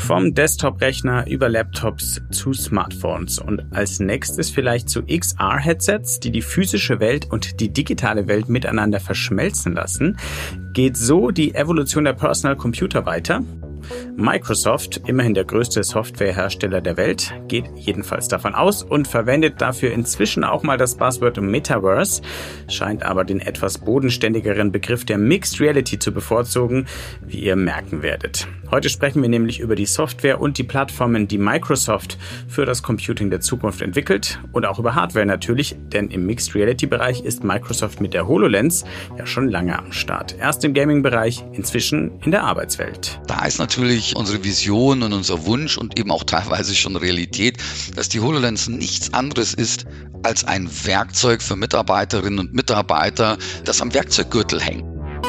Vom Desktop-Rechner über Laptops zu Smartphones und als nächstes vielleicht zu XR-Headsets, die die physische Welt und die digitale Welt miteinander verschmelzen lassen. Geht so die Evolution der Personal Computer weiter? Microsoft, immerhin der größte Softwarehersteller der Welt, geht jedenfalls davon aus und verwendet dafür inzwischen auch mal das Buzzword Metaverse, scheint aber den etwas bodenständigeren Begriff der Mixed Reality zu bevorzugen, wie ihr merken werdet. Heute sprechen wir nämlich über die Software und die Plattformen, die Microsoft für das Computing der Zukunft entwickelt und auch über Hardware natürlich, denn im Mixed Reality Bereich ist Microsoft mit der HoloLens ja schon lange am Start. Erst im Gaming-Bereich, inzwischen in der Arbeitswelt. Da ist natürlich unsere Vision und unser Wunsch und eben auch teilweise schon Realität, dass die HoloLens nichts anderes ist als ein Werkzeug für Mitarbeiterinnen und Mitarbeiter, das am Werkzeuggürtel hängt.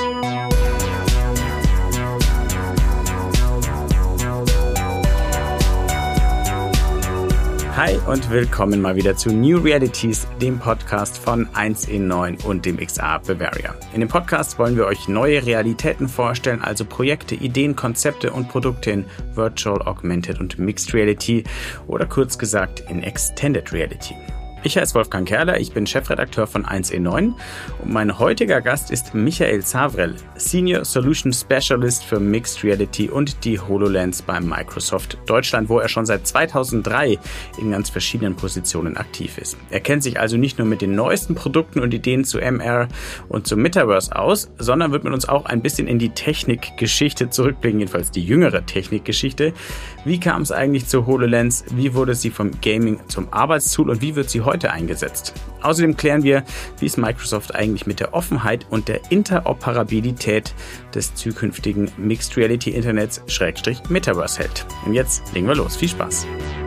Hi und willkommen mal wieder zu New Realities, dem Podcast von 1in9 und dem XR Bavaria. In dem Podcast wollen wir euch neue Realitäten vorstellen, also Projekte, Ideen, Konzepte und Produkte in Virtual, Augmented und Mixed Reality oder kurz gesagt in Extended Reality. Ich heiße Wolfgang Kerler, ich bin Chefredakteur von 1in9 und mein heutiger Gast ist Michael Zavrel, Senior Solution Specialist für Mixed Reality und die HoloLens bei Microsoft Deutschland, wo er schon seit 2003 in ganz verschiedenen Positionen aktiv ist. Er kennt sich also nicht nur mit den neuesten Produkten und Ideen zu MR und zum Metaverse aus, sondern wird mit uns auch ein bisschen in die Technikgeschichte zurückblicken, jedenfalls die jüngere Technikgeschichte. Wie kam es eigentlich zur HoloLens? Wie wurde sie vom Gaming zum Arbeitstool und wie wird sie heute eingesetzt? Außerdem klären wir, wie es Microsoft eigentlich mit der Offenheit und der Interoperabilität des zukünftigen Mixed Reality Internets /Metaverse hält. Und jetzt legen wir los. Viel Spaß!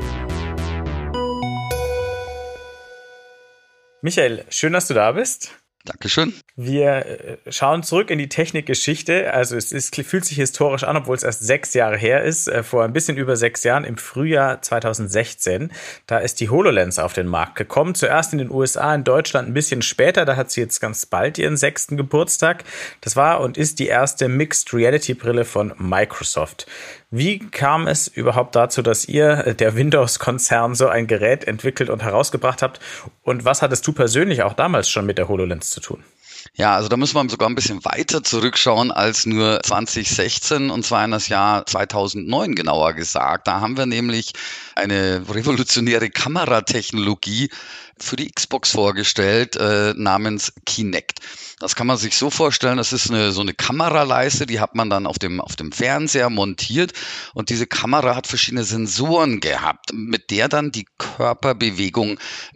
Michael, schön, dass du da bist. Dankeschön. Wir schauen zurück in die Technikgeschichte. Also fühlt sich historisch an, obwohl es erst 6 Jahre her ist. Vor ein bisschen über 6 Jahren, im Frühjahr 2016, da ist die HoloLens auf den Markt gekommen. Zuerst in den USA, in Deutschland ein bisschen später. Da hat sie jetzt ganz bald ihren 6. Geburtstag. Das war und ist die erste Mixed Reality Brille von Microsoft. Wie kam es überhaupt dazu, dass ihr, der Windows-Konzern, so ein Gerät entwickelt und herausgebracht habt? Und was hattest du persönlich auch damals schon mit der HoloLens zu tun? Ja, also da müssen wir sogar ein bisschen weiter zurückschauen als nur 2016 und zwar in das Jahr 2009 genauer gesagt. Da haben wir nämlich eine revolutionäre Kameratechnologie für die Xbox vorgestellt, namens Kinect. Das kann man sich so vorstellen, das ist so eine Kameraleiste, die hat man dann auf dem Fernseher montiert und diese Kamera hat verschiedene Sensoren gehabt, mit der dann die Körperbewegung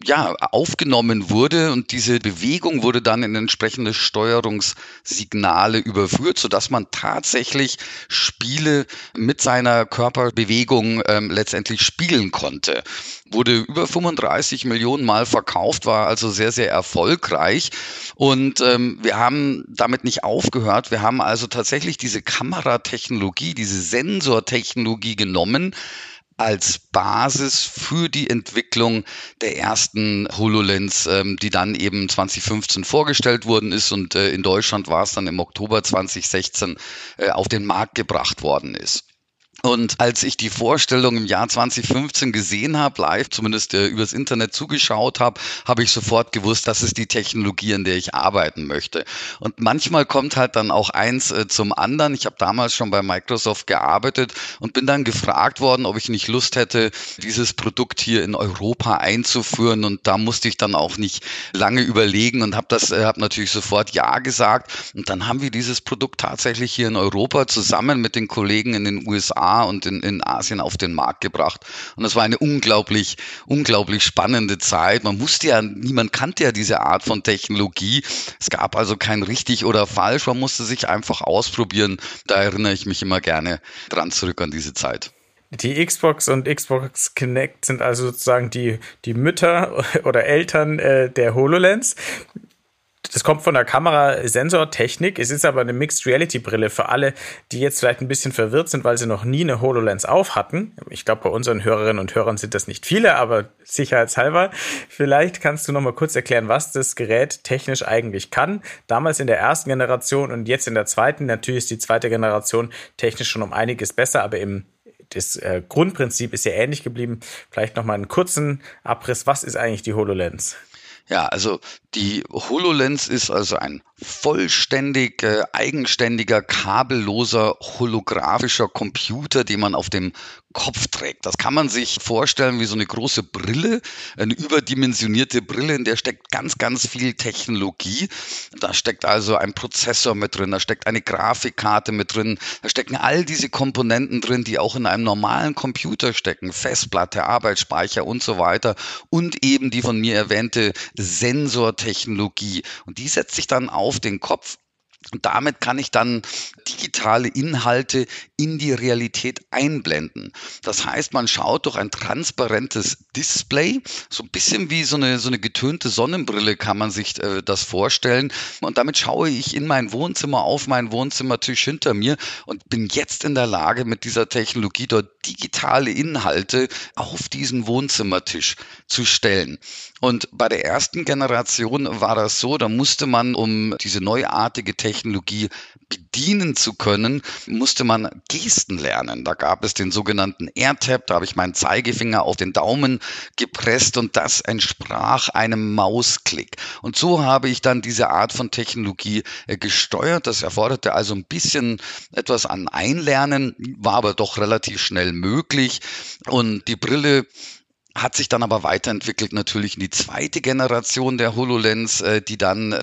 aufgenommen wurde und diese Bewegung wurde dann in entsprechende Steuerungssignale überführt, sodass man tatsächlich Spiele mit seiner Körperbewegung letztendlich spielen konnte. Wurde über 35 Millionen Mal verkauft, war also sehr, sehr erfolgreich und wir haben damit nicht aufgehört. Wir haben also tatsächlich diese Kameratechnologie, diese Sensortechnologie genommen als Basis für die Entwicklung der ersten HoloLens, die dann eben 2015 vorgestellt worden ist und in Deutschland war es dann im Oktober 2016 auf den Markt gebracht worden ist. Und als ich die Vorstellung im Jahr 2015 gesehen habe, live, zumindest übers Internet zugeschaut habe, habe ich sofort gewusst, das ist die Technologie, an der ich arbeiten möchte. Und manchmal kommt halt dann auch eins zum anderen. Ich habe damals schon bei Microsoft gearbeitet und bin dann gefragt worden, ob ich nicht Lust hätte, dieses Produkt hier in Europa einzuführen. Und da musste ich dann auch nicht lange überlegen und habe natürlich sofort Ja gesagt. Und dann haben wir dieses Produkt tatsächlich hier in Europa zusammen mit den Kollegen in den USA und in Asien auf den Markt gebracht. Und das war eine unglaublich spannende Zeit. Niemand kannte ja diese Art von Technologie. Es gab also kein richtig oder falsch. Man musste sich einfach ausprobieren. Da erinnere ich mich immer gerne dran zurück an diese Zeit. Die Xbox und Xbox Kinect sind also sozusagen die Mütter oder Eltern der HoloLens. Das kommt von der Kamerasensortechnik. Es ist aber eine Mixed-Reality-Brille für alle, die jetzt vielleicht ein bisschen verwirrt sind, weil sie noch nie eine HoloLens auf hatten. Ich glaube, bei unseren Hörerinnen und Hörern sind das nicht viele, aber sicherheitshalber. Vielleicht kannst du noch mal kurz erklären, was das Gerät technisch eigentlich kann. Damals in der ersten Generation und jetzt in der zweiten. Natürlich ist die zweite Generation technisch schon um einiges besser, aber das Grundprinzip ist ja ähnlich geblieben. Vielleicht nochmal einen kurzen Abriss. Was ist eigentlich die HoloLens? Ja, also die HoloLens ist also ein vollständig eigenständiger, kabelloser, holographischer Computer, den man auf dem Kopf trägt. Das kann man sich vorstellen wie so eine große Brille, eine überdimensionierte Brille, in der steckt ganz, ganz viel Technologie. Da steckt also ein Prozessor mit drin, da steckt eine Grafikkarte mit drin, da stecken all diese Komponenten drin, die auch in einem normalen Computer stecken, Festplatte, Arbeitsspeicher und so weiter und eben die von mir erwähnte Sensortechnologie. Und die setzt sich dann auf den Kopf. Und damit kann ich dann digitale Inhalte in die Realität einblenden. Das heißt, man schaut durch ein transparentes Display, so ein bisschen wie so eine getönte Sonnenbrille kann man sich das vorstellen. Und damit schaue ich in mein Wohnzimmer, auf meinen Wohnzimmertisch hinter mir und bin jetzt in der Lage, mit dieser Technologie dort digitale Inhalte auf diesen Wohnzimmertisch zu stellen. Und bei der ersten Generation war das so, da musste man, um diese neuartige Technologie bedienen zu können, musste man Gesten lernen. Da gab es den sogenannten AirTap, da habe ich meinen Zeigefinger auf den Daumen gepresst und das entsprach einem Mausklick. Und so habe ich dann diese Art von Technologie gesteuert. Das erforderte also ein bisschen etwas an Einlernen, war aber doch relativ schnell möglich. Und die Brille hat sich dann aber weiterentwickelt natürlich in die zweite Generation der HoloLens, die dann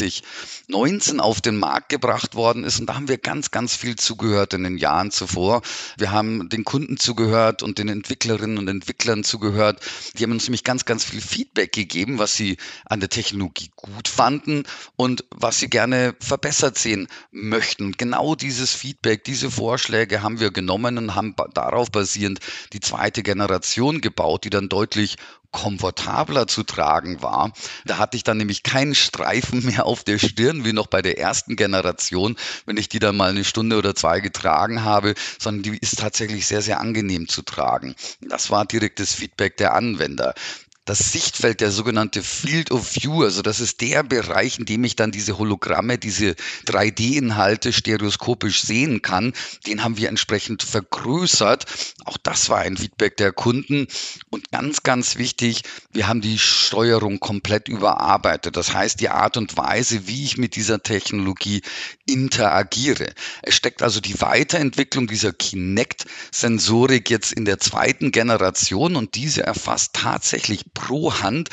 2019 auf den Markt gebracht worden ist. Und da haben wir ganz, ganz viel zugehört in den Jahren zuvor. Wir haben den Kunden zugehört und den Entwicklerinnen und Entwicklern zugehört. Die haben uns nämlich ganz, ganz viel Feedback gegeben, was sie an der Technologie gut fanden und was sie gerne verbessert sehen möchten. Genau dieses Feedback, diese Vorschläge haben wir genommen und haben darauf basierend die zweite Generation gebaut, die dann deutlich komfortabler zu tragen war. Da hatte ich dann nämlich keinen Streifen mehr auf der Stirn, wie noch bei der ersten Generation, wenn ich die dann mal eine Stunde oder zwei getragen habe, sondern die ist tatsächlich sehr, sehr angenehm zu tragen. Das war direktes Feedback der Anwender. Das Sichtfeld, der sogenannte Field of View, also das ist der Bereich, in dem ich dann diese Hologramme, diese 3D-Inhalte stereoskopisch sehen kann, den haben wir entsprechend vergrößert. Auch das war ein Feedback der Kunden. Und ganz, ganz wichtig, wir haben die Steuerung komplett überarbeitet. Das heißt, die Art und Weise, wie ich mit dieser Technologie interagiere. Es steckt also die Weiterentwicklung dieser Kinect-Sensorik jetzt in der zweiten Generation und diese erfasst tatsächlich pro Hand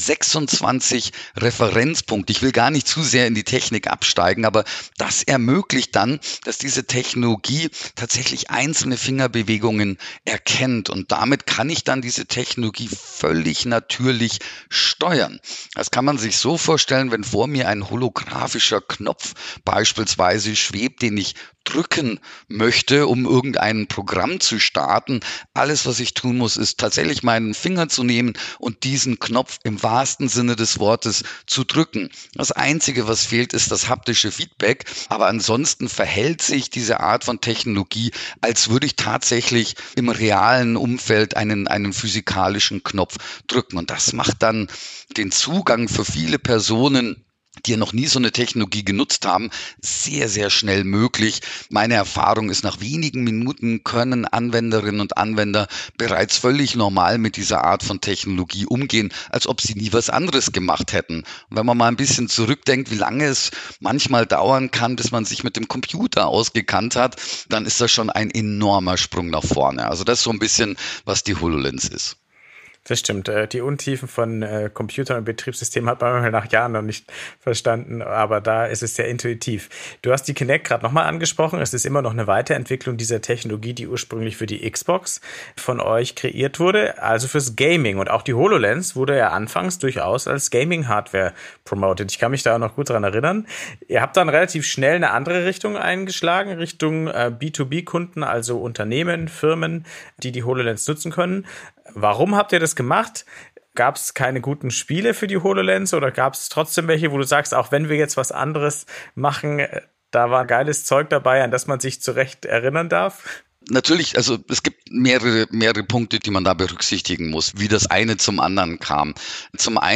26 Referenzpunkte. Ich will gar nicht zu sehr in die Technik absteigen, aber das ermöglicht dann, dass diese Technologie tatsächlich einzelne Fingerbewegungen erkennt und damit kann ich dann diese Technologie völlig natürlich steuern. Das kann man sich so vorstellen, wenn vor mir ein holographischer Knopf beispielsweise schwebt, den ich drücken möchte, um irgendein Programm zu starten. Alles, was ich tun muss, ist tatsächlich meinen Finger zu nehmen und diesen Knopf im wahrsten Sinne des Wortes zu drücken. Das Einzige, was fehlt, ist das haptische Feedback. Aber ansonsten verhält sich diese Art von Technologie, als würde ich tatsächlich im realen Umfeld einen physikalischen Knopf drücken. Und das macht dann den Zugang für viele Personen, die ja noch nie so eine Technologie genutzt haben, sehr, sehr schnell möglich. Meine Erfahrung ist, nach wenigen Minuten können Anwenderinnen und Anwender bereits völlig normal mit dieser Art von Technologie umgehen, als ob sie nie was anderes gemacht hätten. Und wenn man mal ein bisschen zurückdenkt, wie lange es manchmal dauern kann, bis man sich mit dem Computer ausgekannt hat, dann ist das schon ein enormer Sprung nach vorne. Also das ist so ein bisschen, was die HoloLens ist. Das stimmt. Die Untiefen von Computern und Betriebssystemen hat man nach Jahren noch nicht verstanden, aber da ist es sehr intuitiv. Du hast die Kinect gerade nochmal angesprochen. Es ist immer noch eine Weiterentwicklung dieser Technologie, die ursprünglich für die Xbox von euch kreiert wurde, also fürs Gaming. Und auch die HoloLens wurde ja anfangs durchaus als Gaming-Hardware promoted. Ich kann mich da auch noch gut dran erinnern. Ihr habt dann relativ schnell eine andere Richtung eingeschlagen, Richtung B2B-Kunden, also Unternehmen, Firmen, die HoloLens nutzen können. Warum habt ihr das gemacht? Gab es keine guten Spiele für die HoloLens oder gab es trotzdem welche, wo du sagst, auch wenn wir jetzt was anderes machen, da war geiles Zeug dabei, an das man sich zurecht erinnern darf? Natürlich, also es gibt mehrere Punkte, die man da berücksichtigen muss, wie das eine zum anderen kam. Zum einen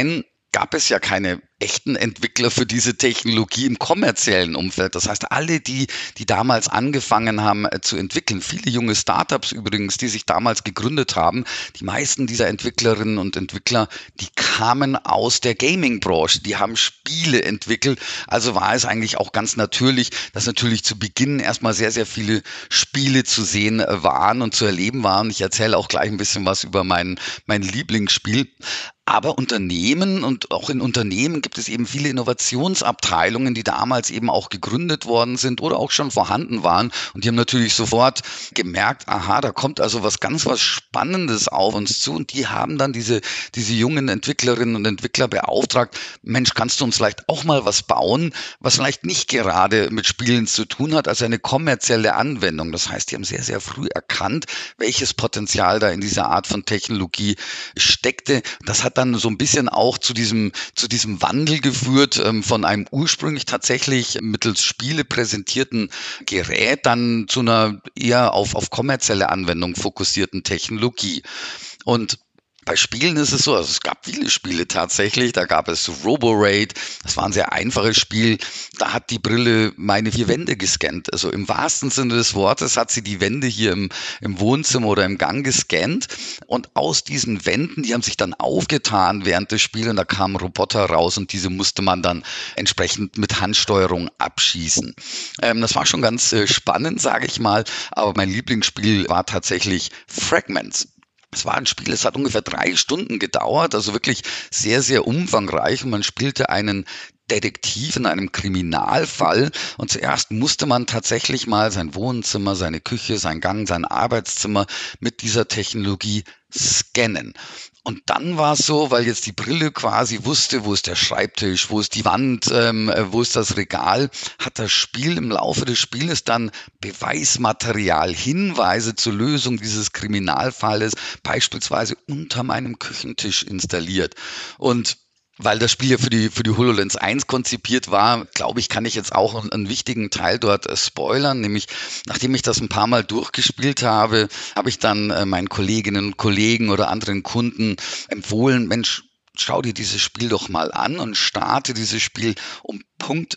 gab es ja keine echten Entwickler für diese Technologie im kommerziellen Umfeld. Das heißt, alle, die damals angefangen haben zu entwickeln, viele junge Startups übrigens, die sich damals gegründet haben, die meisten dieser Entwicklerinnen und Entwickler, die kamen aus der Gaming-Branche, die haben Spiele entwickelt. Also war es eigentlich auch ganz natürlich, dass natürlich zu Beginn erstmal sehr, sehr viele Spiele zu sehen waren und zu erleben waren. Ich erzähle auch gleich ein bisschen was über mein Lieblingsspiel. Aber Unternehmen und auch in Unternehmen gibt es eben viele Innovationsabteilungen, die damals eben auch gegründet worden sind oder auch schon vorhanden waren. Und die haben natürlich sofort gemerkt, aha, da kommt also was Spannendes auf uns zu. Und die haben dann diese jungen Entwicklerinnen und Entwickler beauftragt, Mensch, kannst du uns vielleicht auch mal was bauen, was vielleicht nicht gerade mit Spielen zu tun hat, also eine kommerzielle Anwendung. Das heißt, die haben sehr, sehr früh erkannt, welches Potenzial da in dieser Art von Technologie steckte. Das hat dann so ein bisschen auch zu diesem Wandel geführt, von einem ursprünglich tatsächlich mittels Spiele präsentierten Gerät dann zu einer eher auf kommerzielle Anwendung fokussierten Technologie. Und bei Spielen ist es so, also es gab viele Spiele tatsächlich, da gab es Roboraid, das war ein sehr einfaches Spiel, da hat die Brille meine 4 Wände gescannt, also im wahrsten Sinne des Wortes hat sie die Wände hier im Wohnzimmer oder im Gang gescannt und aus diesen Wänden, die haben sich dann aufgetan während des Spiels und da kamen Roboter raus und diese musste man dann entsprechend mit Handsteuerung abschießen. Das war schon ganz spannend, sage ich mal, aber mein Lieblingsspiel war tatsächlich Fragments. Es war ein Spiel, es hat ungefähr 3 Stunden gedauert, also wirklich sehr, sehr umfangreich und man spielte einen Detektiv in einem Kriminalfall und zuerst musste man tatsächlich mal sein Wohnzimmer, seine Küche, sein Gang, sein Arbeitszimmer mit dieser Technologie scannen. Und dann war es so, weil jetzt die Brille quasi wusste, wo ist der Schreibtisch, wo ist die Wand, wo ist das Regal, hat das Spiel im Laufe des Spieles dann Beweismaterial, Hinweise zur Lösung dieses Kriminalfalles beispielsweise unter meinem Küchentisch installiert. Und weil das Spiel ja für die HoloLens 1 konzipiert war, glaube ich, kann ich jetzt auch einen wichtigen Teil dort spoilern, nämlich nachdem ich das ein paar Mal durchgespielt habe, habe ich dann meinen Kolleginnen und Kollegen oder anderen Kunden empfohlen, Mensch, schau dir dieses Spiel doch mal an und starte dieses Spiel um Punkt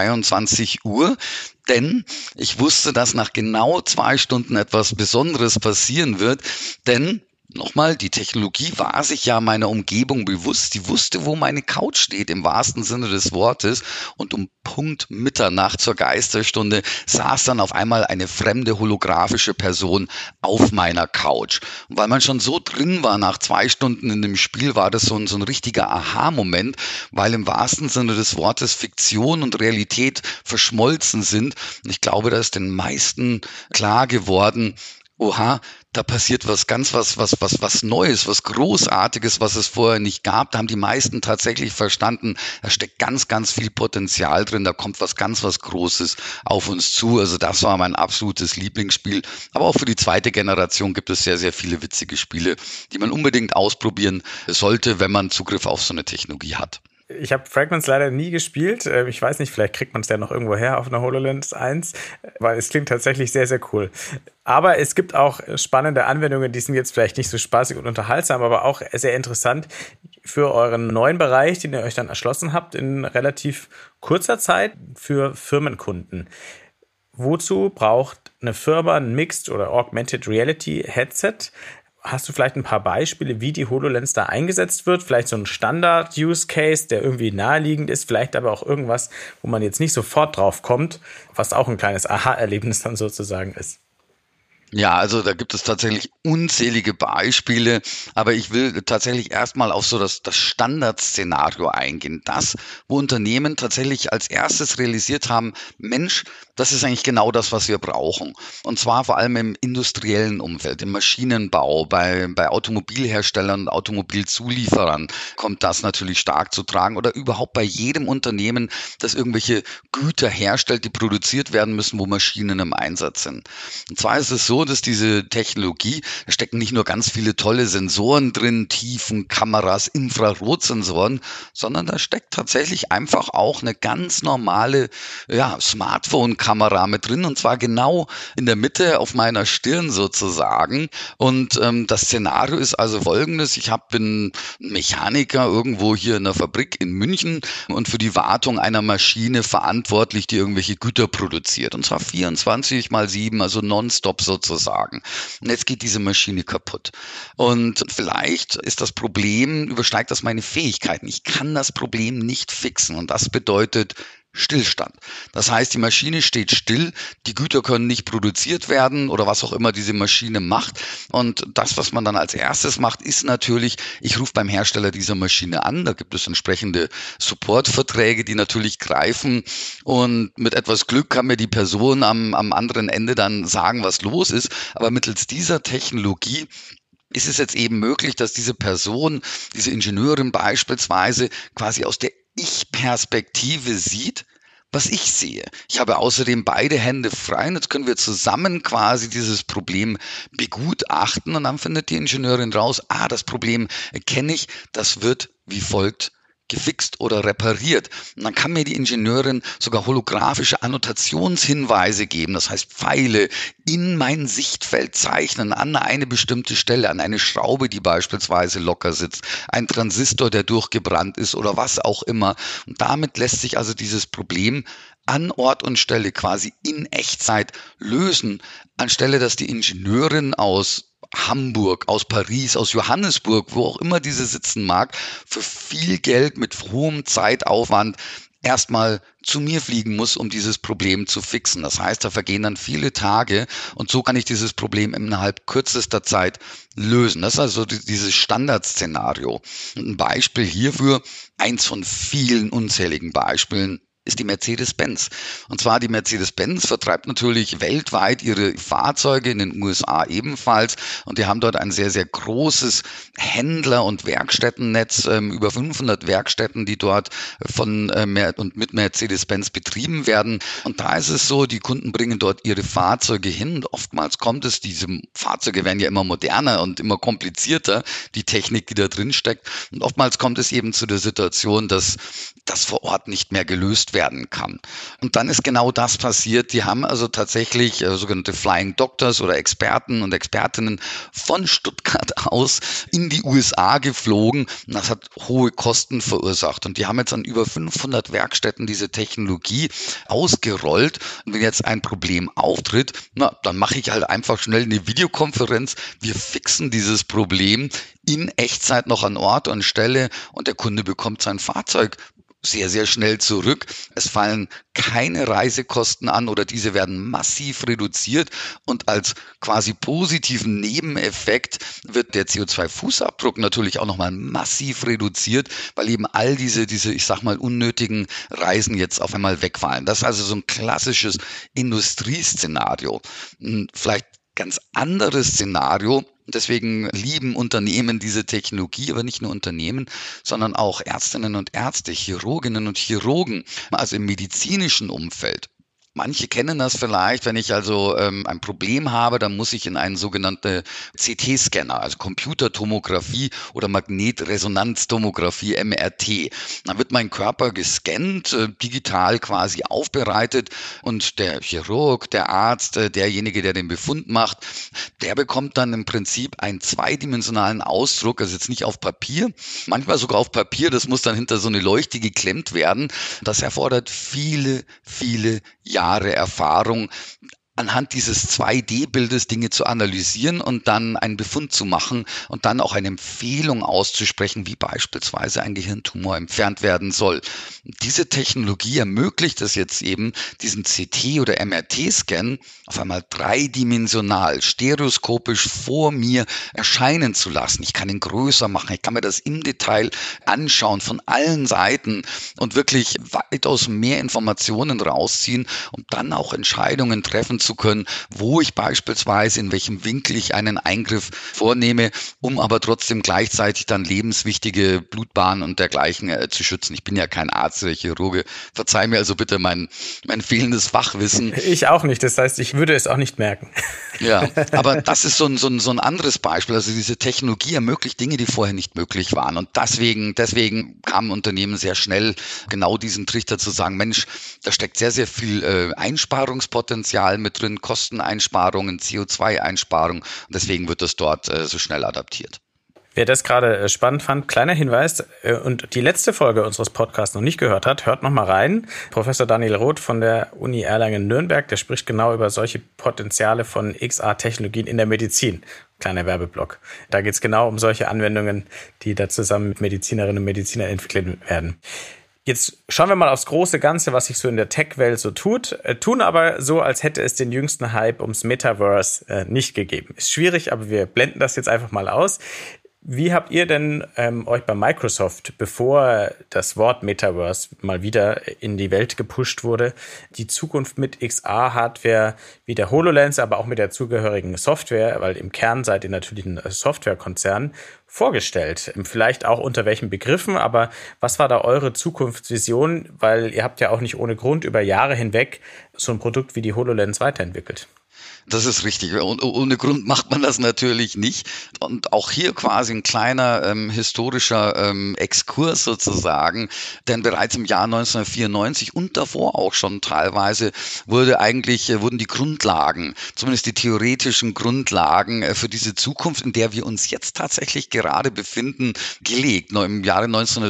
22 Uhr, denn ich wusste, dass nach genau 2 Stunden etwas Besonderes passieren wird, denn nochmal, die Technologie war sich ja meiner Umgebung bewusst. Die wusste, wo meine Couch steht, im wahrsten Sinne des Wortes. Und um Punkt Mitternacht zur Geisterstunde saß dann auf einmal eine fremde holographische Person auf meiner Couch. Und weil man schon so drin war nach 2 Stunden in dem Spiel, war das so ein richtiger Aha-Moment, weil im wahrsten Sinne des Wortes Fiktion und Realität verschmolzen sind. Und ich glaube, da ist den meisten klar geworden, oha, da passiert was Neues, was Großartiges, was es vorher nicht gab. Da haben die meisten tatsächlich verstanden, da steckt ganz, ganz viel Potenzial drin, da kommt was Großes auf uns zu. Also das war mein absolutes Lieblingsspiel. Aber auch für die zweite Generation gibt es sehr, sehr viele witzige Spiele, die man unbedingt ausprobieren sollte, wenn man Zugriff auf so eine Technologie hat. Ich habe Fragments leider nie gespielt. Ich weiß nicht, vielleicht kriegt man es ja noch irgendwo her auf einer HoloLens 1, weil es klingt tatsächlich sehr, sehr cool. Aber es gibt auch spannende Anwendungen, die sind jetzt vielleicht nicht so spaßig und unterhaltsam, aber auch sehr interessant für euren neuen Bereich, den ihr euch dann erschlossen habt in relativ kurzer Zeit für Firmenkunden. Wozu braucht eine Firma ein Mixed oder Augmented Reality Headset? Hast du vielleicht ein paar Beispiele, wie die HoloLens da eingesetzt wird? Vielleicht so ein Standard-Use-Case, der irgendwie naheliegend ist, vielleicht aber auch irgendwas, wo man jetzt nicht sofort drauf kommt, was auch ein kleines Aha-Erlebnis dann sozusagen ist. Ja, also da gibt es tatsächlich unzählige Beispiele, aber ich will tatsächlich erstmal auf so das Standardszenario eingehen. Das, wo Unternehmen tatsächlich als erstes realisiert haben, Mensch, das ist eigentlich genau das, was wir brauchen. Und zwar vor allem im industriellen Umfeld, im Maschinenbau, bei Automobilherstellern und Automobilzulieferern kommt das natürlich stark zu tragen oder überhaupt bei jedem Unternehmen, das irgendwelche Güter herstellt, die produziert werden müssen, wo Maschinen im Einsatz sind. Und zwar ist es so, so, dass diese Technologie, da stecken nicht nur ganz viele tolle Sensoren drin, Tiefen, Kameras, Infrarotsensoren, sondern da steckt tatsächlich einfach auch eine ganz normale Smartphone-Kamera mit drin, und zwar genau in der Mitte auf meiner Stirn sozusagen. Und das Szenario ist also folgendes: Ich bin Mechaniker irgendwo hier in der Fabrik in München und für die Wartung einer Maschine verantwortlich, die irgendwelche Güter produziert. Und zwar 24/7, also nonstop sozusagen. Und jetzt geht diese Maschine kaputt. Und vielleicht ist das Problem, übersteigt das meine Fähigkeiten. Ich kann das Problem nicht fixen. Und das bedeutet Stillstand. Das heißt, die Maschine steht still, die Güter können nicht produziert werden oder was auch immer diese Maschine macht. Und das, was man dann als erstes macht, ist natürlich, ich rufe beim Hersteller dieser Maschine an. Da gibt es entsprechende Supportverträge, die natürlich greifen. Und mit etwas Glück kann mir die Person am anderen Ende dann sagen, was los ist. Aber mittels dieser Technologie ist es jetzt eben möglich, dass diese Person, diese Ingenieurin beispielsweise, quasi aus der Ich-Perspektive sieht, was ich sehe. Ich habe außerdem beide Hände frei und jetzt können wir zusammen quasi dieses Problem begutachten und dann findet die Ingenieurin raus, das Problem kenne ich, das wird wie folgt gefixt oder repariert. Und dann kann mir die Ingenieurin sogar holographische Annotationshinweise geben, das heißt Pfeile in mein Sichtfeld zeichnen an eine bestimmte Stelle, an eine Schraube, die beispielsweise locker sitzt, ein Transistor, der durchgebrannt ist oder was auch immer. Und damit lässt sich also dieses Problem an Ort und Stelle quasi in Echtzeit lösen, anstelle dass die Ingenieurin aus Hamburg, aus Paris, aus Johannesburg, wo auch immer diese sitzen mag, für viel Geld mit hohem Zeitaufwand erstmal zu mir fliegen muss, um dieses Problem zu fixen. Das heißt, da vergehen dann viele Tage und so kann ich dieses Problem innerhalb kürzester Zeit lösen. Das ist also dieses Standardszenario. Ein Beispiel hierfür, eins von vielen unzähligen Beispielen, ist die Mercedes-Benz. Und zwar die Mercedes-Benz vertreibt natürlich weltweit ihre Fahrzeuge, in den USA ebenfalls. Und die haben dort ein sehr, sehr großes Händler- und Werkstättennetz, über 500 Werkstätten, die dort mit Mercedes-Benz betrieben werden. Und da ist es so, die Kunden bringen dort ihre Fahrzeuge hin. Und oftmals kommt es, diese Fahrzeuge werden ja immer moderner und immer komplizierter, die Technik, die da drin steckt. Und oftmals kommt es eben zu der Situation, dass das vor Ort nicht mehr gelöst werden kann. Und dann ist genau das passiert. Die haben also tatsächlich sogenannte Flying Doctors oder Experten und Expertinnen von Stuttgart aus in die USA geflogen. Und das hat hohe Kosten verursacht. Und die haben jetzt an über 500 Werkstätten diese Technologie ausgerollt. Und wenn jetzt ein Problem auftritt, dann mache ich halt einfach schnell eine Videokonferenz. Wir fixen dieses Problem in Echtzeit noch an Ort und Stelle und der Kunde bekommt sein Fahrzeug sehr, sehr schnell zurück. Es fallen keine Reisekosten an oder diese werden massiv reduziert und als quasi positiven Nebeneffekt wird der CO2-Fußabdruck natürlich auch nochmal massiv reduziert, weil eben all diese, ich sag mal, unnötigen Reisen jetzt auf einmal wegfallen. Das ist also so ein klassisches Industrieszenario. Vielleicht ganz anderes Szenario. Deswegen lieben Unternehmen diese Technologie, aber nicht nur Unternehmen, sondern auch Ärztinnen und Ärzte, Chirurginnen und Chirurgen, also im medizinischen Umfeld. Manche kennen das vielleicht, wenn ich also ein Problem habe, dann muss ich in einen sogenannten CT-Scanner, also Computertomographie oder Magnetresonanztomographie, MRT. Dann wird mein Körper gescannt, digital quasi aufbereitet und der Chirurg, der Arzt, derjenige, der den Befund macht, der bekommt dann im Prinzip einen zweidimensionalen Ausdruck, also jetzt nicht auf Papier, manchmal sogar auf Papier, das muss dann hinter so eine Leuchte geklemmt werden. Das erfordert viele, viele Jahre Erfahrung, anhand dieses 2D-Bildes Dinge zu analysieren und dann einen Befund zu machen und dann auch eine Empfehlung auszusprechen, wie beispielsweise ein Gehirntumor entfernt werden soll. Diese Technologie ermöglicht es jetzt eben, diesen CT- oder MRT-Scan auf einmal dreidimensional, stereoskopisch vor mir erscheinen zu lassen. Ich kann ihn größer machen, ich kann mir das im Detail anschauen von allen Seiten und wirklich weitaus mehr Informationen rausziehen, um dann auch Entscheidungen treffen zu können, wo ich beispielsweise in welchem Winkel ich einen Eingriff vornehme, um aber trotzdem gleichzeitig dann lebenswichtige Blutbahnen und dergleichen zu schützen. Ich bin ja kein Arzt oder Chirurge. Verzeih mir also bitte mein fehlendes Fachwissen. Ich auch nicht. Das heißt, ich würde es auch nicht merken. Ja, aber das ist so ein anderes Beispiel. Also diese Technologie ermöglicht Dinge, die vorher nicht möglich waren. Und deswegen kamen Unternehmen sehr schnell genau diesen Trichter zu sagen, Mensch, da steckt sehr, sehr viel Einsparungspotenzial mit drin, Kosteneinsparungen, CO2-Einsparungen. Und deswegen wird das dort so schnell adaptiert. Wer das gerade spannend fand, kleiner Hinweis und die letzte Folge unseres Podcasts noch nicht gehört hat, hört noch mal rein. Professor Daniel Roth von der Uni Erlangen-Nürnberg, der spricht genau über solche Potenziale von XR-Technologien in der Medizin. Kleiner Werbeblock. Da geht es genau um solche Anwendungen, die da zusammen mit Medizinerinnen und Medizinern entwickelt werden. Jetzt schauen wir mal aufs große Ganze, was sich so in der Tech-Welt so tut, tun aber so, als hätte es den jüngsten Hype ums Metaverse nicht gegeben. Ist schwierig, aber wir blenden das jetzt einfach mal aus. Wie habt ihr denn euch bei Microsoft, bevor das Wort Metaverse mal wieder in die Welt gepusht wurde, die Zukunft mit XR-Hardware wie der HoloLens, aber auch mit der zugehörigen Software, weil im Kern seid ihr natürlich ein Softwarekonzern, vorgestellt? Vielleicht auch unter welchen Begriffen, aber was war da eure Zukunftsvision? Weil ihr habt ja auch nicht ohne Grund über Jahre hinweg so ein Produkt wie die HoloLens weiterentwickelt. Das ist richtig. Und ohne Grund macht man das natürlich nicht. Und auch hier quasi ein kleiner historischer Exkurs sozusagen. Denn bereits im Jahr 1994 und davor auch schon teilweise wurden die Grundlagen, zumindest die theoretischen Grundlagen für diese Zukunft, in der wir uns jetzt tatsächlich gerade befinden, gelegt. Im Jahre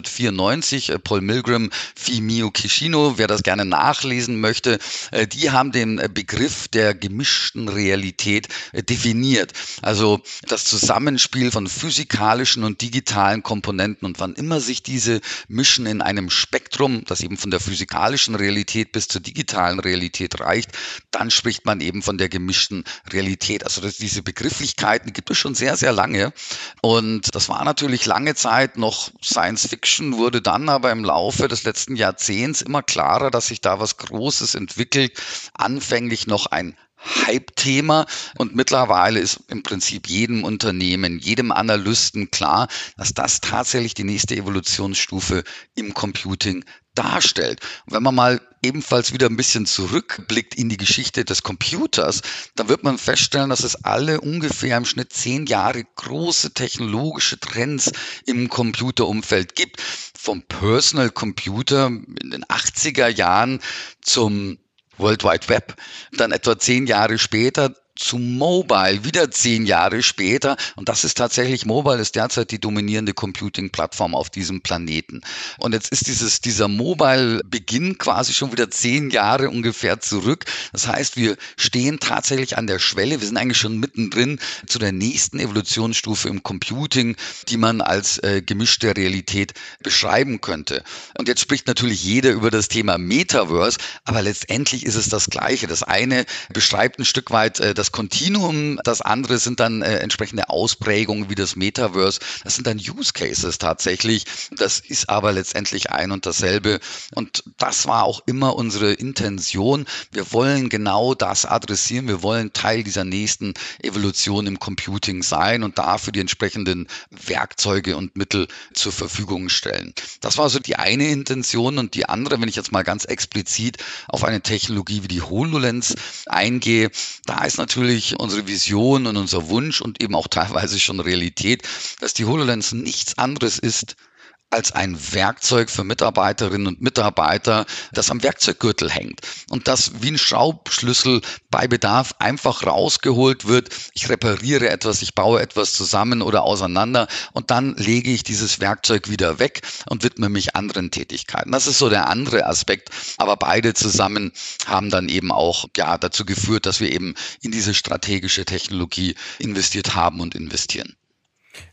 1994, Paul Milgram, Fumio Kishino, wer das gerne nachlesen möchte, die haben den Begriff der gemischten Realität definiert. Also das Zusammenspiel von physikalischen und digitalen Komponenten, und wann immer sich diese mischen in einem Spektrum, das eben von der physikalischen Realität bis zur digitalen Realität reicht, dann spricht man eben von der gemischten Realität. Also diese Begrifflichkeiten gibt es schon sehr, sehr lange, und das war natürlich lange Zeit noch Science Fiction, wurde dann aber im Laufe des letzten Jahrzehnts immer klarer, dass sich da was Großes entwickelt. Anfänglich noch ein Hype-Thema, und mittlerweile ist im Prinzip jedem Unternehmen, jedem Analysten klar, dass das tatsächlich die nächste Evolutionsstufe im Computing darstellt. Und wenn man mal ebenfalls wieder ein bisschen zurückblickt in die Geschichte des Computers, dann wird man feststellen, dass es alle ungefähr im Schnitt 10 Jahre große technologische Trends im Computerumfeld gibt. Vom Personal Computer in den 80er Jahren zum World Wide Web, dann etwa 10 Jahre später zu Mobile, wieder 10 Jahre später. Und das ist tatsächlich, Mobile ist derzeit die dominierende Computing-Plattform auf diesem Planeten. Und jetzt ist dieser Mobile-Beginn quasi schon wieder 10 Jahre ungefähr zurück. Das heißt, wir stehen tatsächlich an der Schwelle, wir sind eigentlich schon mittendrin zu der nächsten Evolutionsstufe im Computing, die man als gemischte Realität beschreiben könnte. Und jetzt spricht natürlich jeder über das Thema Metaverse, aber letztendlich ist es das Gleiche. Das eine beschreibt ein Stück weit das Kontinuum, das andere sind dann entsprechende Ausprägungen wie das Metaverse. Das sind dann Use Cases tatsächlich. Das ist aber letztendlich ein und dasselbe. Und das war auch immer unsere Intention. Wir wollen genau das adressieren. Wir wollen Teil dieser nächsten Evolution im Computing sein und dafür die entsprechenden Werkzeuge und Mittel zur Verfügung stellen. Das war so die eine Intention, und die andere, wenn ich jetzt mal ganz explizit auf eine Technologie wie die HoloLens eingehe, da ist natürlich unsere Vision und unser Wunsch und eben auch teilweise schon Realität, dass die HoloLens nichts anderes ist als ein Werkzeug für Mitarbeiterinnen und Mitarbeiter, das am Werkzeuggürtel hängt und das wie ein Schraubschlüssel bei Bedarf einfach rausgeholt wird. Ich repariere etwas, ich baue etwas zusammen oder auseinander, und dann lege ich dieses Werkzeug wieder weg und widme mich anderen Tätigkeiten. Das ist so der andere Aspekt, aber beide zusammen haben dann eben auch dazu geführt, dass wir eben in diese strategische Technologie investiert haben und investieren.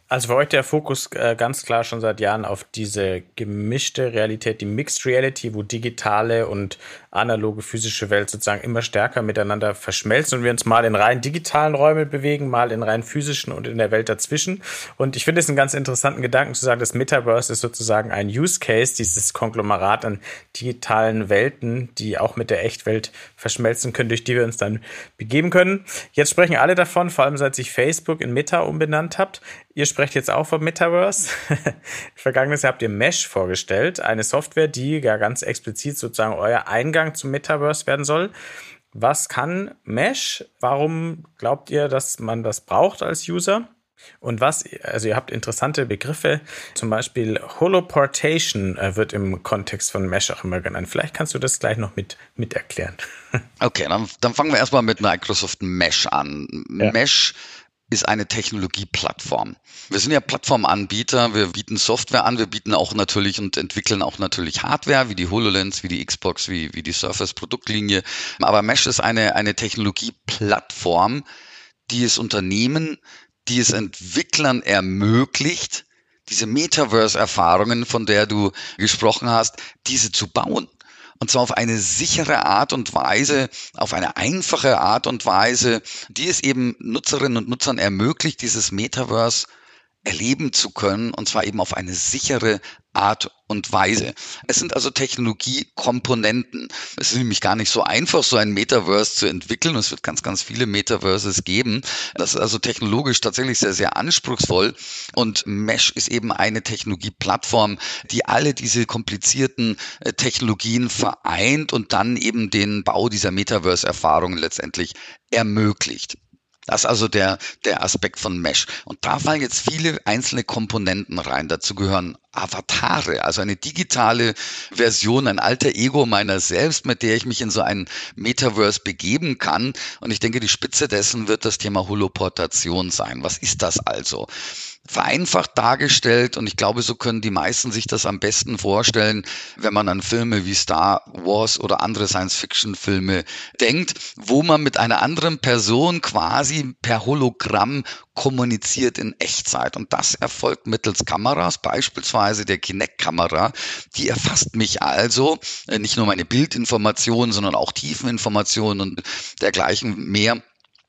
Also für euch der Fokus ganz klar schon seit Jahren auf diese gemischte Realität, die Mixed Reality, wo digitale und analoge physische Welt sozusagen immer stärker miteinander verschmelzen und wir uns mal in rein digitalen Räumen bewegen, mal in rein physischen und in der Welt dazwischen. Und ich finde es einen ganz interessanten Gedanken zu sagen, das Metaverse ist sozusagen ein Use Case, dieses Konglomerat an digitalen Welten, die auch mit der Echtwelt verschmelzen können, durch die wir uns dann begeben können. Jetzt sprechen alle davon, vor allem seit sich Facebook in Meta umbenannt habt. Ihr sprecht jetzt auch vom Metaverse. Vergangenes Jahr habt ihr Mesh vorgestellt, eine Software, die ja ganz explizit sozusagen euer Eingang zum Metaverse werden soll. Was kann Mesh? Warum glaubt ihr, dass man das braucht als User? Und also ihr habt interessante Begriffe, zum Beispiel Holoportation wird im Kontext von Mesh auch immer genannt. Vielleicht kannst du das gleich noch mit erklären. Okay, dann fangen wir erstmal mit Microsoft Mesh an. Ja. Mesh ist eine Technologieplattform. Wir sind ja Plattformanbieter, wir bieten Software an, wir bieten auch natürlich und entwickeln auch natürlich Hardware, wie die HoloLens, wie die Xbox, wie die Surface Produktlinie. Aber Mesh ist eine Technologieplattform, die es Unternehmen, die es Entwicklern ermöglicht, diese Metaverse-Erfahrungen, von der du gesprochen hast, diese zu bauen. Und zwar auf eine sichere Art und Weise, auf eine einfache Art und Weise, die es eben Nutzerinnen und Nutzern ermöglicht, dieses Metaverse erleben zu können, und zwar eben auf eine sichere Art und Weise. Es sind also Technologiekomponenten. Es ist nämlich gar nicht so einfach, so ein Metaverse zu entwickeln. Es wird ganz, ganz viele Metaverses geben. Das ist also technologisch tatsächlich sehr, sehr anspruchsvoll. Und Mesh ist eben eine Technologieplattform, die alle diese komplizierten Technologien vereint und dann eben den Bau dieser Metaverse-Erfahrungen letztendlich ermöglicht. Das ist also der Aspekt von Mesh. Und da fallen jetzt viele einzelne Komponenten rein. Dazu gehören Avatare, also eine digitale Version, ein alter Ego meiner selbst, mit der ich mich in so ein Metaverse begeben kann. Und ich denke, die Spitze dessen wird das Thema Holoportation sein. Was ist das also? Vereinfacht dargestellt, und ich glaube, so können die meisten sich das am besten vorstellen, wenn man an Filme wie Star Wars oder andere Science-Fiction-Filme denkt, wo man mit einer anderen Person quasi per Hologramm kommuniziert in Echtzeit. Und das erfolgt mittels Kameras, beispielsweise der Kinect-Kamera. Die erfasst mich also, nicht nur meine Bildinformationen, sondern auch Tiefeninformationen und dergleichen mehr.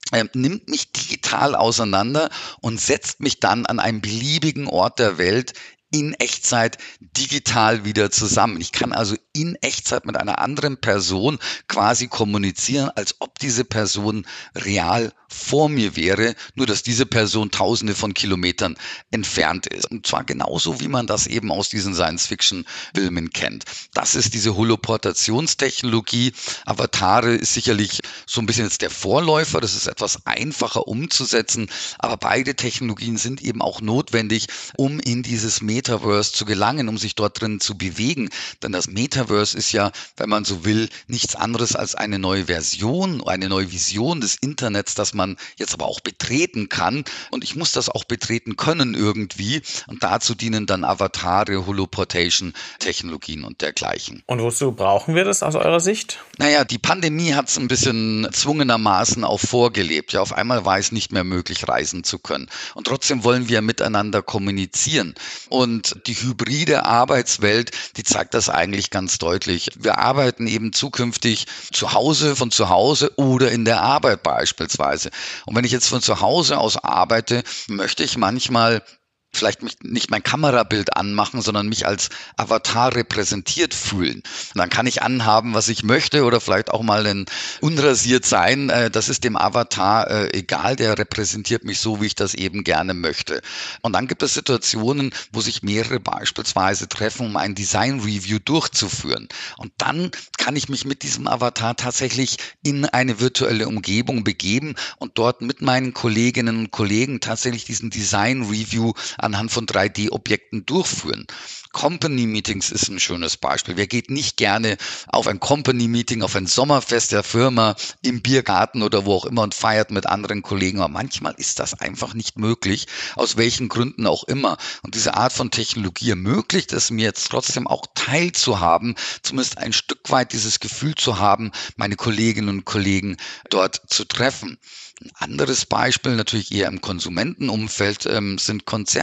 Nimmt mich digital auseinander und setzt mich dann an einem beliebigen Ort der Welt in Echtzeit digital wieder zusammen. Ich kann also in Echtzeit mit einer anderen Person quasi kommunizieren, als ob diese Person real vor mir wäre, nur dass diese Person Tausende von Kilometern entfernt ist. Und zwar genauso, wie man das eben aus diesen Science-Fiction-Filmen kennt. Das ist diese Holoportationstechnologie. Avatare ist sicherlich so ein bisschen jetzt der Vorläufer. Das ist etwas einfacher umzusetzen. Aber beide Technologien sind eben auch notwendig, um in dieses Metaverse zu gelangen, um sich dort drin zu bewegen. Denn das Metaverse ist ja, wenn man so will, nichts anderes als eine neue Version, eine neue Vision des Internets, das man jetzt aber auch betreten kann. Und ich muss das auch betreten können irgendwie. Und dazu dienen dann Avatare, Holoportation-Technologien und dergleichen. Und wozu brauchen wir das aus eurer Sicht? Naja, die Pandemie hat es ein bisschen zwungenermaßen auch vorgelebt. Ja, auf einmal war es nicht mehr möglich, reisen zu können. Und trotzdem wollen wir miteinander kommunizieren. Und die hybride Arbeitswelt, die zeigt das eigentlich ganz deutlich. Wir arbeiten eben zukünftig von zu Hause oder in der Arbeit beispielsweise. Und wenn ich jetzt von zu Hause aus arbeite, möchte ich manchmal vielleicht nicht mein Kamerabild anmachen, sondern mich als Avatar repräsentiert fühlen. Und dann kann ich anhaben, was ich möchte, oder vielleicht auch mal unrasiert sein. Das ist dem Avatar egal, der repräsentiert mich so, wie ich das eben gerne möchte. Und dann gibt es Situationen, wo sich mehrere beispielsweise treffen, um ein Design-Review durchzuführen. Und dann kann ich mich mit diesem Avatar tatsächlich in eine virtuelle Umgebung begeben und dort mit meinen Kolleginnen und Kollegen tatsächlich diesen Design-Review anhand von 3D-Objekten durchführen. Company-Meetings ist ein schönes Beispiel. Wer geht nicht gerne auf ein Company-Meeting, auf ein Sommerfest der Firma, im Biergarten oder wo auch immer und feiert mit anderen Kollegen? Aber manchmal ist das einfach nicht möglich, aus welchen Gründen auch immer. Und diese Art von Technologie ermöglicht es mir jetzt trotzdem auch teilzuhaben, zumindest ein Stück weit dieses Gefühl zu haben, meine Kolleginnen und Kollegen dort zu treffen. Ein anderes Beispiel, natürlich eher im Konsumentenumfeld, sind Konzerte.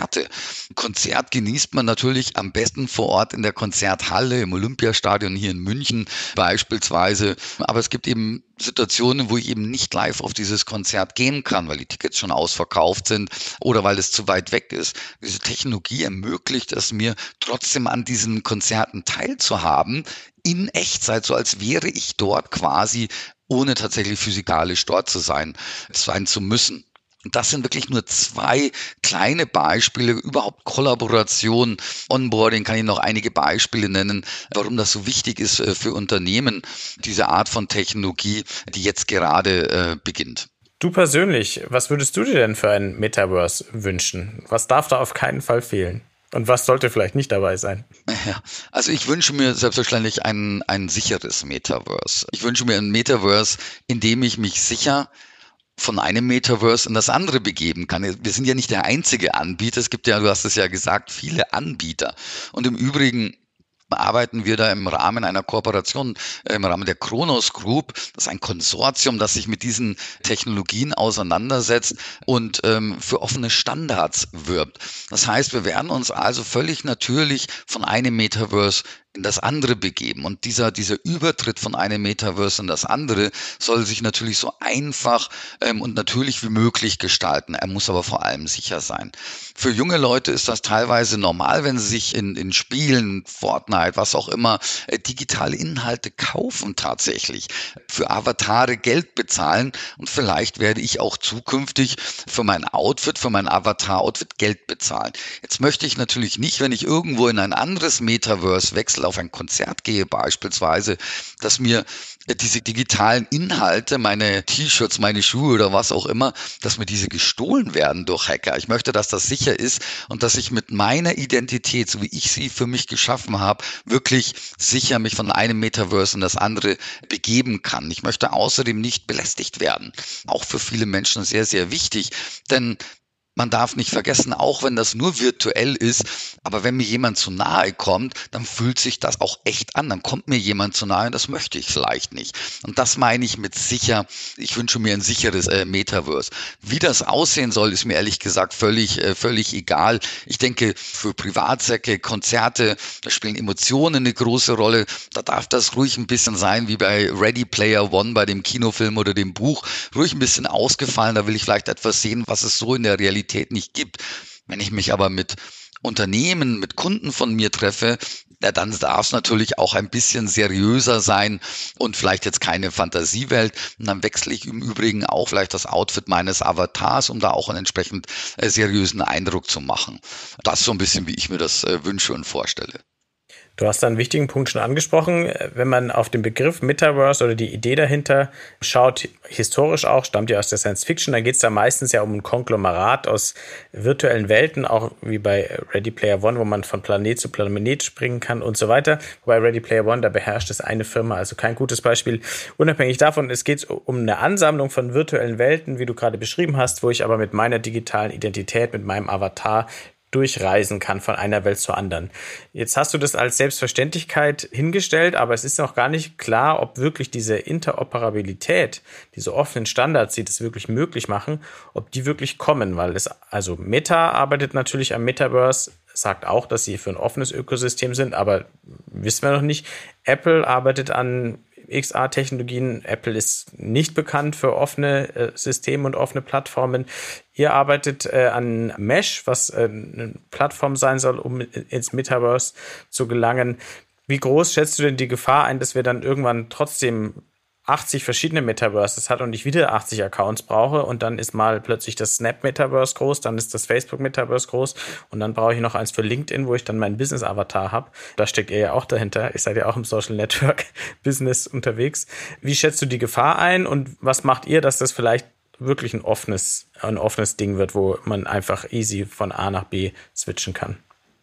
Konzerte. Konzert genießt man natürlich am besten vor Ort in der Konzerthalle, im Olympiastadion hier in München beispielsweise. Aber es gibt eben Situationen, wo ich eben nicht live auf dieses Konzert gehen kann, weil die Tickets schon ausverkauft sind oder weil es zu weit weg ist. Diese Technologie ermöglicht es mir, trotzdem an diesen Konzerten teilzuhaben, in Echtzeit, so als wäre ich dort quasi, ohne tatsächlich physikalisch dort sein zu müssen. Und das sind wirklich nur 2 kleine Beispiele, überhaupt Kollaboration, Onboarding, kann ich noch einige Beispiele nennen, warum das so wichtig ist für Unternehmen, diese Art von Technologie, die jetzt gerade beginnt. Du persönlich, was würdest du dir denn für ein Metaverse wünschen? Was darf da auf keinen Fall fehlen? Und was sollte vielleicht nicht dabei sein? Ja, also ich wünsche mir selbstverständlich ein sicheres Metaverse. Ich wünsche mir ein Metaverse, in dem ich mich sicher von einem Metaverse in das andere begeben kann. Wir sind ja nicht der einzige Anbieter. Es gibt ja, du hast es ja gesagt, viele Anbieter. Und im Übrigen arbeiten wir da im Rahmen einer Kooperation, im Rahmen der Kronos Group. Das ist ein Konsortium, das sich mit diesen Technologien auseinandersetzt und für offene Standards wirbt. Das heißt, wir werden uns also völlig natürlich von einem Metaverse in das andere begeben. Und dieser Übertritt von einem Metaverse in das andere soll sich natürlich so einfach und natürlich wie möglich gestalten. Er muss aber vor allem sicher sein. Für junge Leute ist das teilweise normal, wenn sie sich in Spielen, Fortnite, was auch immer, digitale Inhalte kaufen tatsächlich, für Avatare Geld bezahlen. Und vielleicht werde ich auch zukünftig für mein Outfit, für mein Avatar-Outfit Geld bezahlen. Jetzt möchte ich natürlich nicht, wenn ich irgendwo in ein anderes Metaverse wechsle, auf ein Konzert gehe beispielsweise, dass mir diese digitalen Inhalte, meine T-Shirts, meine Schuhe oder was auch immer, dass mir diese gestohlen werden durch Hacker. Ich möchte, dass das sicher ist und dass ich mit meiner Identität, so wie ich sie für mich geschaffen habe, wirklich sicher mich von einem Metaverse in das andere begeben kann. Ich möchte außerdem nicht belästigt werden. Auch für viele Menschen sehr, sehr wichtig, denn man darf nicht vergessen, auch wenn das nur virtuell ist, aber wenn mir jemand zu nahe kommt, dann fühlt sich das auch echt an. Dann kommt mir jemand zu nahe und das möchte ich vielleicht nicht. Und das meine ich mit sicher. Ich wünsche mir ein sicheres Metaverse. Wie das aussehen soll, ist mir ehrlich gesagt völlig egal. Ich denke, für Privatzwecke, Konzerte, da spielen Emotionen eine große Rolle. Da darf das ruhig ein bisschen sein, wie bei Ready Player One, bei dem Kinofilm oder dem Buch. Ruhig ein bisschen ausgefallen. Da will ich vielleicht etwas sehen, was es so in der Realität nicht gibt. Wenn ich mich aber mit Unternehmen, mit Kunden von mir treffe, ja, dann darf es natürlich auch ein bisschen seriöser sein und vielleicht jetzt keine Fantasiewelt. Und dann wechsle ich im Übrigen auch vielleicht das Outfit meines Avatars, um da auch einen entsprechend seriösen Eindruck zu machen. Das ist so ein bisschen, wie ich mir das wünsche und vorstelle. Du hast da einen wichtigen Punkt schon angesprochen. Wenn man auf den Begriff Metaverse oder die Idee dahinter schaut, historisch auch, stammt ja aus der Science Fiction, dann geht es da meistens ja um ein Konglomerat aus virtuellen Welten, auch wie bei Ready Player One, wo man von Planet zu Planet springen kann und so weiter. Wobei Ready Player One, da beherrscht es eine Firma, also kein gutes Beispiel. Unabhängig davon, es geht um eine Ansammlung von virtuellen Welten, wie du gerade beschrieben hast, wo ich aber mit meiner digitalen Identität, mit meinem Avatar durchreisen kann von einer Welt zur anderen. Jetzt hast du das als Selbstverständlichkeit hingestellt, aber es ist noch gar nicht klar, ob wirklich diese Interoperabilität, diese offenen Standards, die das wirklich möglich machen, ob die wirklich kommen, weil also Meta arbeitet natürlich am Metaverse, sagt auch, dass sie für ein offenes Ökosystem sind, aber wissen wir noch nicht. Apple arbeitet an XR-Technologien. Apple ist nicht bekannt für offene Systeme und offene Plattformen. Ihr arbeitet an Mesh, was eine Plattform sein soll, um ins Metaverse zu gelangen. Wie groß schätzt du denn die Gefahr ein, dass wir dann irgendwann trotzdem 80 verschiedene Metaverses hat und ich wieder 80 Accounts brauche und dann ist mal plötzlich das Snap-Metaverse groß, dann ist das Facebook-Metaverse groß und dann brauche ich noch eins für LinkedIn, wo ich dann meinen Business-Avatar habe. Da steckt ihr ja auch dahinter. Ihr seid ja auch im Social-Network-Business unterwegs. Wie schätzt du die Gefahr ein und was macht ihr, dass das vielleicht wirklich ein offenes Ding wird, wo man einfach easy von A nach B switchen kann?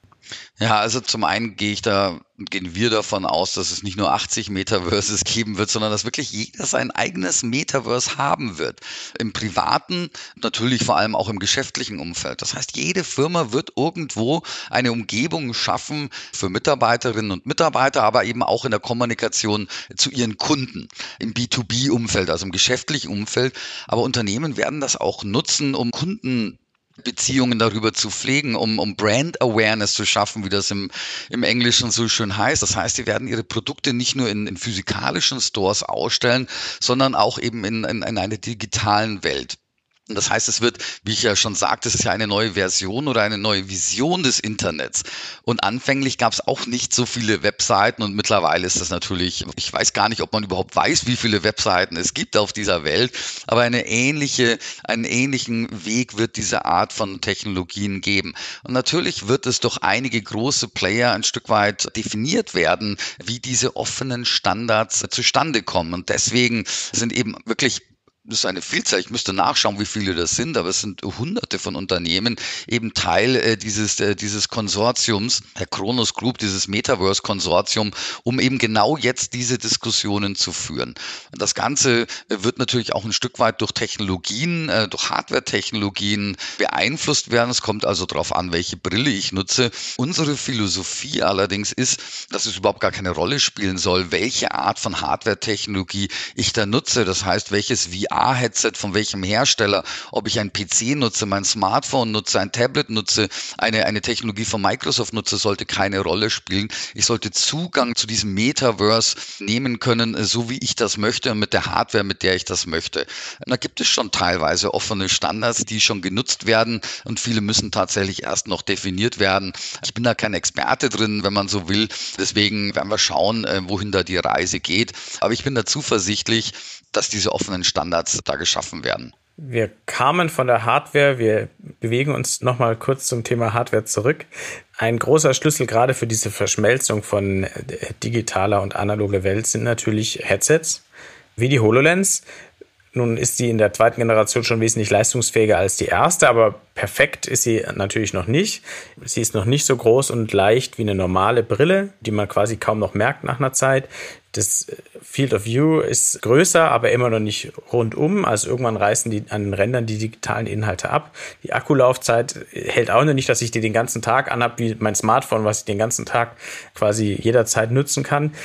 Ja, also zum einen gehen wir davon aus, dass es nicht nur 80 Metaverses geben wird, sondern dass wirklich jeder sein eigenes Metaverse haben wird. Im privaten, natürlich vor allem auch im geschäftlichen Umfeld. Das heißt, jede Firma wird irgendwo eine Umgebung schaffen für Mitarbeiterinnen und Mitarbeiter, aber eben auch in der Kommunikation zu ihren Kunden. Im B2B-Umfeld, also im geschäftlichen Umfeld. Aber Unternehmen werden das auch nutzen, um Kunden Beziehungen darüber zu pflegen, um Brand Awareness zu schaffen, wie das im Englischen so schön heißt. Das heißt, die werden ihre Produkte nicht nur in physikalischen Stores ausstellen, sondern auch eben in einer digitalen Welt. Und das heißt, es wird, wie ich ja schon sagte, es ist ja eine neue Version oder eine neue Vision des Internets. Und anfänglich gab es auch nicht so viele Webseiten und mittlerweile ist das natürlich, ich weiß gar nicht, ob man überhaupt weiß, wie viele Webseiten es gibt auf dieser Welt, aber einen ähnlichen Weg wird diese Art von Technologien geben. Und natürlich wird es durch einige große Player ein Stück weit definiert werden, wie diese offenen Standards zustande kommen. Und deswegen sind eben wirklich, das ist eine Vielzahl, ich müsste nachschauen, wie viele das sind, aber es sind Hunderte von Unternehmen eben Teil dieses Konsortiums, der Kronos Group, dieses Metaverse-Konsortium, um eben genau jetzt diese Diskussionen zu führen. Das Ganze wird natürlich auch ein Stück weit durch Technologien, durch Hardware-Technologien beeinflusst werden. Es kommt also darauf an, welche Brille ich nutze. Unsere Philosophie allerdings ist, dass es überhaupt gar keine Rolle spielen soll, welche Art von Hardware-Technologie ich da nutze. Das heißt, welches VR-Headset von welchem Hersteller, ob ich ein PC nutze, mein Smartphone nutze, ein Tablet nutze, eine Technologie von Microsoft nutze, sollte keine Rolle spielen. Ich sollte Zugang zu diesem Metaverse nehmen können, so wie ich das möchte und mit der Hardware, mit der ich das möchte. Und da gibt es schon teilweise offene Standards, die schon genutzt werden und viele müssen tatsächlich erst noch definiert werden. Ich bin da kein Experte drin, wenn man so will. Deswegen werden wir schauen, wohin da die Reise geht. Aber ich bin da zuversichtlich, dass diese offenen Standards da geschaffen werden. Wir kamen von der Hardware, wir bewegen uns nochmal kurz zum Thema Hardware zurück. Ein großer Schlüssel gerade für diese Verschmelzung von digitaler und analoger Welt sind natürlich Headsets, wie die HoloLens. Nun ist sie in der zweiten Generation schon wesentlich leistungsfähiger als die erste, aber perfekt ist sie natürlich noch nicht. Sie ist noch nicht so groß und leicht wie eine normale Brille, die man quasi kaum noch merkt nach einer Zeit. Das Field of View ist größer, aber immer noch nicht rundum. Also irgendwann reißen die an den Rändern die digitalen Inhalte ab. Die Akkulaufzeit hält auch noch nicht, dass ich die den ganzen Tag anhab, wie mein Smartphone, was ich den ganzen Tag quasi jederzeit nutzen kann.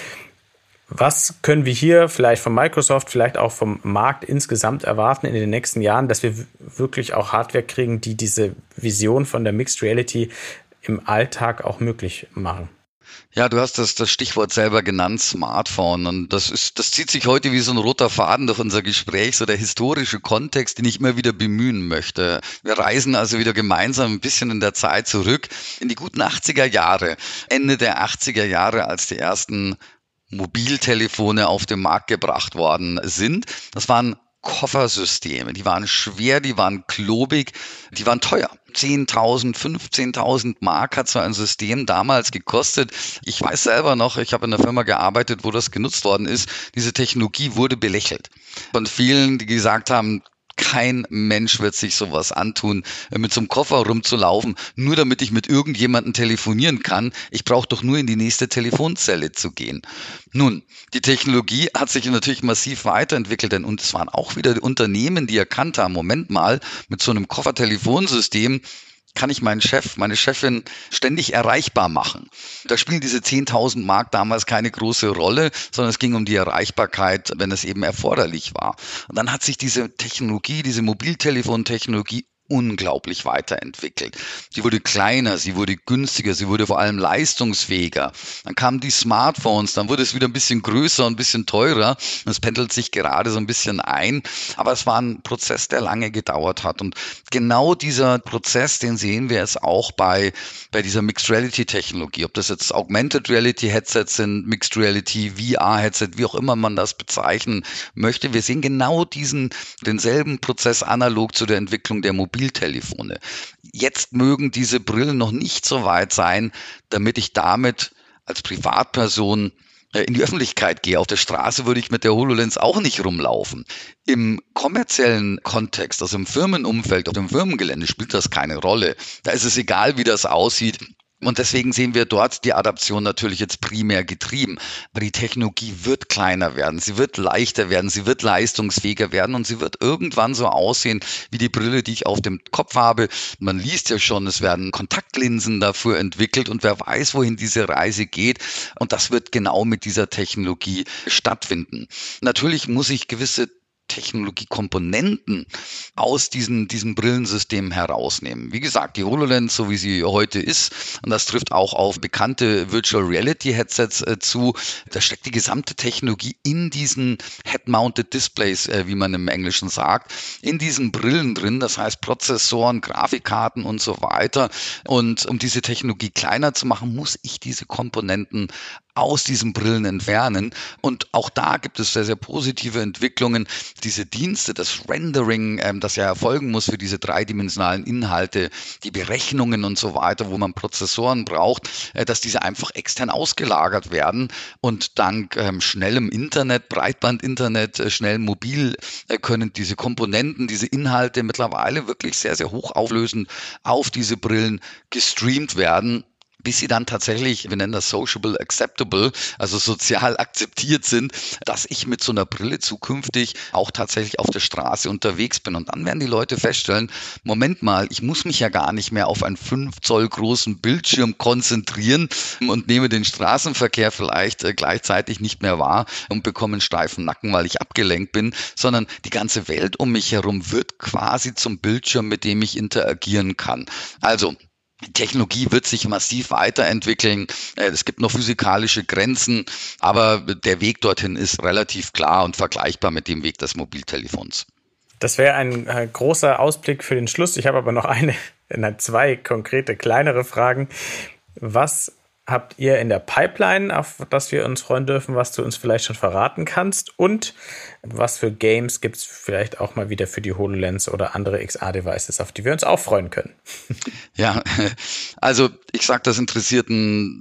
Was können wir hier vielleicht von Microsoft, vielleicht auch vom Markt insgesamt erwarten in den nächsten Jahren, dass wir wirklich auch Hardware kriegen, die diese Vision von der Mixed Reality im Alltag auch möglich machen? Ja, du hast das Stichwort selber genannt, Smartphone. Und das zieht sich heute wie so ein roter Faden durch unser Gespräch, so der historische Kontext, den ich immer wieder bemühen möchte. Wir reisen also wieder gemeinsam ein bisschen in der Zeit zurück, in die guten 80er Jahre, Ende der 80er Jahre, als die ersten Mobiltelefone auf den Markt gebracht worden sind. Das waren Koffersysteme, die waren schwer, die waren klobig, die waren teuer. 10.000, 15.000 Mark hat so ein System damals gekostet. Ich weiß selber noch, ich habe in einer Firma gearbeitet, wo das genutzt worden ist. Diese Technologie wurde belächelt von vielen, die gesagt haben, kein Mensch wird sich sowas antun, mit so einem Koffer rumzulaufen, nur damit ich mit irgendjemandem telefonieren kann. Ich brauche doch nur in die nächste Telefonzelle zu gehen. Nun, die Technologie hat sich natürlich massiv weiterentwickelt, und es waren auch wieder die Unternehmen, die erkannt haben, Moment mal, mit so einem Koffertelefonsystem kann ich meinen Chef, meine Chefin ständig erreichbar machen. Da spielen diese 10.000 Mark damals keine große Rolle, sondern es ging um die Erreichbarkeit, wenn es eben erforderlich war. Und dann hat sich diese Technologie, diese Mobiltelefontechnologie unglaublich weiterentwickelt. Sie wurde kleiner, sie wurde günstiger, sie wurde vor allem leistungsfähiger. Dann kamen die Smartphones, dann wurde es wieder ein bisschen größer und ein bisschen teurer. Es pendelt sich gerade so ein bisschen ein, aber es war ein Prozess, der lange gedauert hat. Und genau dieser Prozess, den sehen wir jetzt auch bei dieser Mixed Reality Technologie. Ob das jetzt Augmented Reality Headsets sind, Mixed Reality, VR Headset, wie auch immer man das bezeichnen möchte. Wir sehen genau denselben Prozess analog zu der Entwicklung der Mobiltelefone. Jetzt mögen diese Brillen noch nicht so weit sein, damit ich damit als Privatperson in die Öffentlichkeit gehe. Auf der Straße würde ich mit der HoloLens auch nicht rumlaufen. Im kommerziellen Kontext, also im Firmenumfeld, auf dem Firmengelände spielt das keine Rolle. Da ist es egal, wie das aussieht. Und deswegen sehen wir dort die Adaption natürlich jetzt primär getrieben. Aber die Technologie wird kleiner werden, sie wird leichter werden, sie wird leistungsfähiger werden und sie wird irgendwann so aussehen wie die Brille, die ich auf dem Kopf habe. Man liest ja schon, es werden Kontaktlinsen dafür entwickelt und wer weiß, wohin diese Reise geht. Und das wird genau mit dieser Technologie stattfinden. Natürlich muss ich gewisse Technologiekomponenten aus diesen Brillensystemen herausnehmen. Wie gesagt, die HoloLens, so wie sie heute ist, und das trifft auch auf bekannte Virtual Reality Headsets zu, da steckt die gesamte Technologie in diesen Head-Mounted Displays, wie man im Englischen sagt, in diesen Brillen drin, das heißt Prozessoren, Grafikkarten und so weiter. Und um diese Technologie kleiner zu machen, muss ich diese Komponenten aus diesen Brillen entfernen. Und auch da gibt es sehr, sehr positive Entwicklungen. Diese Dienste, das Rendering, das ja erfolgen muss für diese dreidimensionalen Inhalte, die Berechnungen und so weiter, wo man Prozessoren braucht, dass diese einfach extern ausgelagert werden. Und dank schnellem Internet, Breitbandinternet, schnell mobil, können diese Komponenten, diese Inhalte mittlerweile wirklich sehr, sehr hochauflösend auf diese Brillen gestreamt werden, bis sie dann tatsächlich, wir nennen das sociable acceptable, also sozial akzeptiert sind, dass ich mit so einer Brille zukünftig auch tatsächlich auf der Straße unterwegs bin. Und dann werden die Leute feststellen, Moment mal, ich muss mich ja gar nicht mehr auf einen 5 Zoll großen Bildschirm konzentrieren und nehme den Straßenverkehr vielleicht gleichzeitig nicht mehr wahr und bekomme einen steifen Nacken, weil ich abgelenkt bin, sondern die ganze Welt um mich herum wird quasi zum Bildschirm, mit dem ich interagieren kann. Also, die Technologie wird sich massiv weiterentwickeln. Es gibt noch physikalische Grenzen, aber der Weg dorthin ist relativ klar und vergleichbar mit dem Weg des Mobiltelefons. Das wäre ein großer Ausblick für den Schluss. Ich habe aber noch zwei konkrete, kleinere Fragen. Was habt ihr in der Pipeline, auf das wir uns freuen dürfen, was du uns vielleicht schon verraten kannst? Und was für Games gibt es vielleicht auch mal wieder für die HoloLens oder andere XR-Devices, auf die wir uns auch freuen können? Ja, also ich sage das interessierten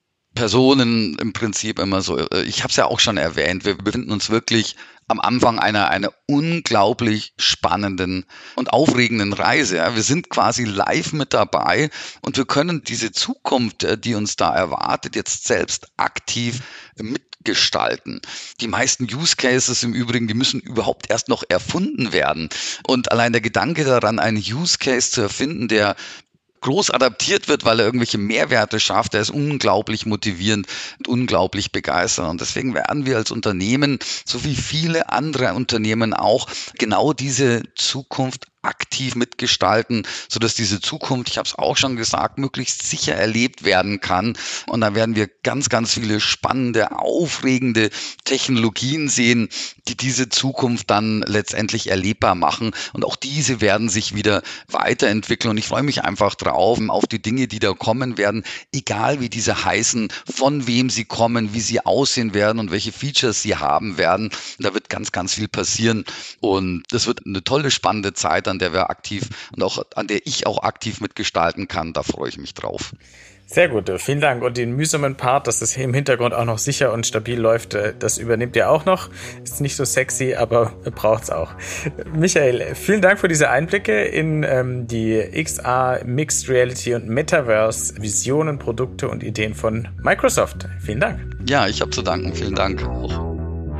Personen im Prinzip immer so. Ich habe es ja auch schon erwähnt, wir befinden uns wirklich am Anfang einer unglaublich spannenden und aufregenden Reise. Ja. Wir sind quasi live mit dabei und wir können diese Zukunft, die uns da erwartet, jetzt selbst aktiv mitgestalten. Die meisten Use Cases im Übrigen, die müssen überhaupt erst noch erfunden werden. Und allein der Gedanke daran, einen Use Case zu erfinden, der groß adaptiert wird, weil er irgendwelche Mehrwerte schafft, der ist unglaublich motivierend und unglaublich begeisternd. Und deswegen werden wir als Unternehmen, so wie viele andere Unternehmen auch, genau diese Zukunft aktiv mitgestalten, sodass diese Zukunft, ich habe es auch schon gesagt, möglichst sicher erlebt werden kann. Und da werden wir ganz, ganz viele spannende, aufregende Technologien sehen, die diese Zukunft dann letztendlich erlebbar machen. Und auch diese werden sich wieder weiterentwickeln. Und ich freue mich einfach drauf, auf die Dinge, die da kommen werden, egal wie diese heißen, von wem sie kommen, wie sie aussehen werden und welche Features sie haben werden. Da wird ganz, ganz viel passieren. Und das wird eine tolle, spannende Zeit, an der wir aktiv und auch an der ich auch aktiv mitgestalten kann. Da freue ich mich drauf. Sehr gut, vielen Dank. Und den mühsamen Part, dass es im Hintergrund auch noch sicher und stabil läuft, das übernimmt ihr auch noch. Ist nicht so sexy, aber braucht es auch. Michael, vielen Dank für diese Einblicke in die XR, Mixed Reality und Metaverse Visionen, Produkte und Ideen von Microsoft. Vielen Dank. Ja, ich habe zu danken. Vielen Dank auch.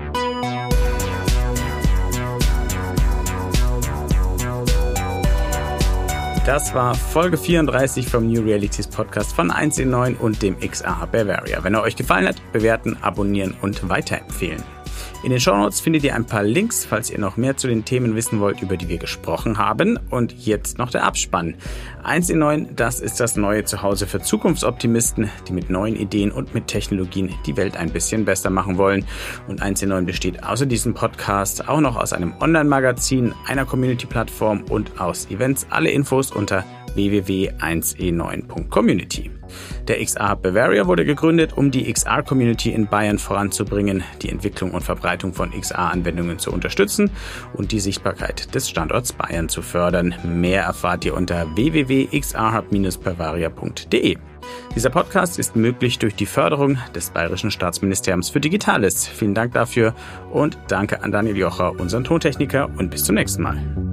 Das war Folge 34 vom New Realities Podcast von 1 in 9 und dem XR Bavaria. Wenn er euch gefallen hat, bewerten, abonnieren und weiterempfehlen. In den Shownotes findet ihr ein paar Links, falls ihr noch mehr zu den Themen wissen wollt, über die wir gesprochen haben. Und jetzt noch der Abspann. 1 in 9, das ist das neue Zuhause für Zukunftsoptimisten, die mit neuen Ideen und mit Technologien die Welt ein bisschen besser machen wollen. Und 1 in 9 besteht außer diesem Podcast auch noch aus einem Online-Magazin, einer Community-Plattform und aus Events. Alle Infos unter www.1e9.community. Der XR Bavaria wurde gegründet, um die XR-Community in Bayern voranzubringen, die Entwicklung und Verbreitung von XR-Anwendungen zu unterstützen und die Sichtbarkeit des Standorts Bayern zu fördern. Mehr erfahrt ihr unter www.xrhub-bavaria.de. Dieser Podcast ist möglich durch die Förderung des Bayerischen Staatsministeriums für Digitales. Vielen Dank dafür und danke an Daniel Jocher, unseren Tontechniker, und bis zum nächsten Mal.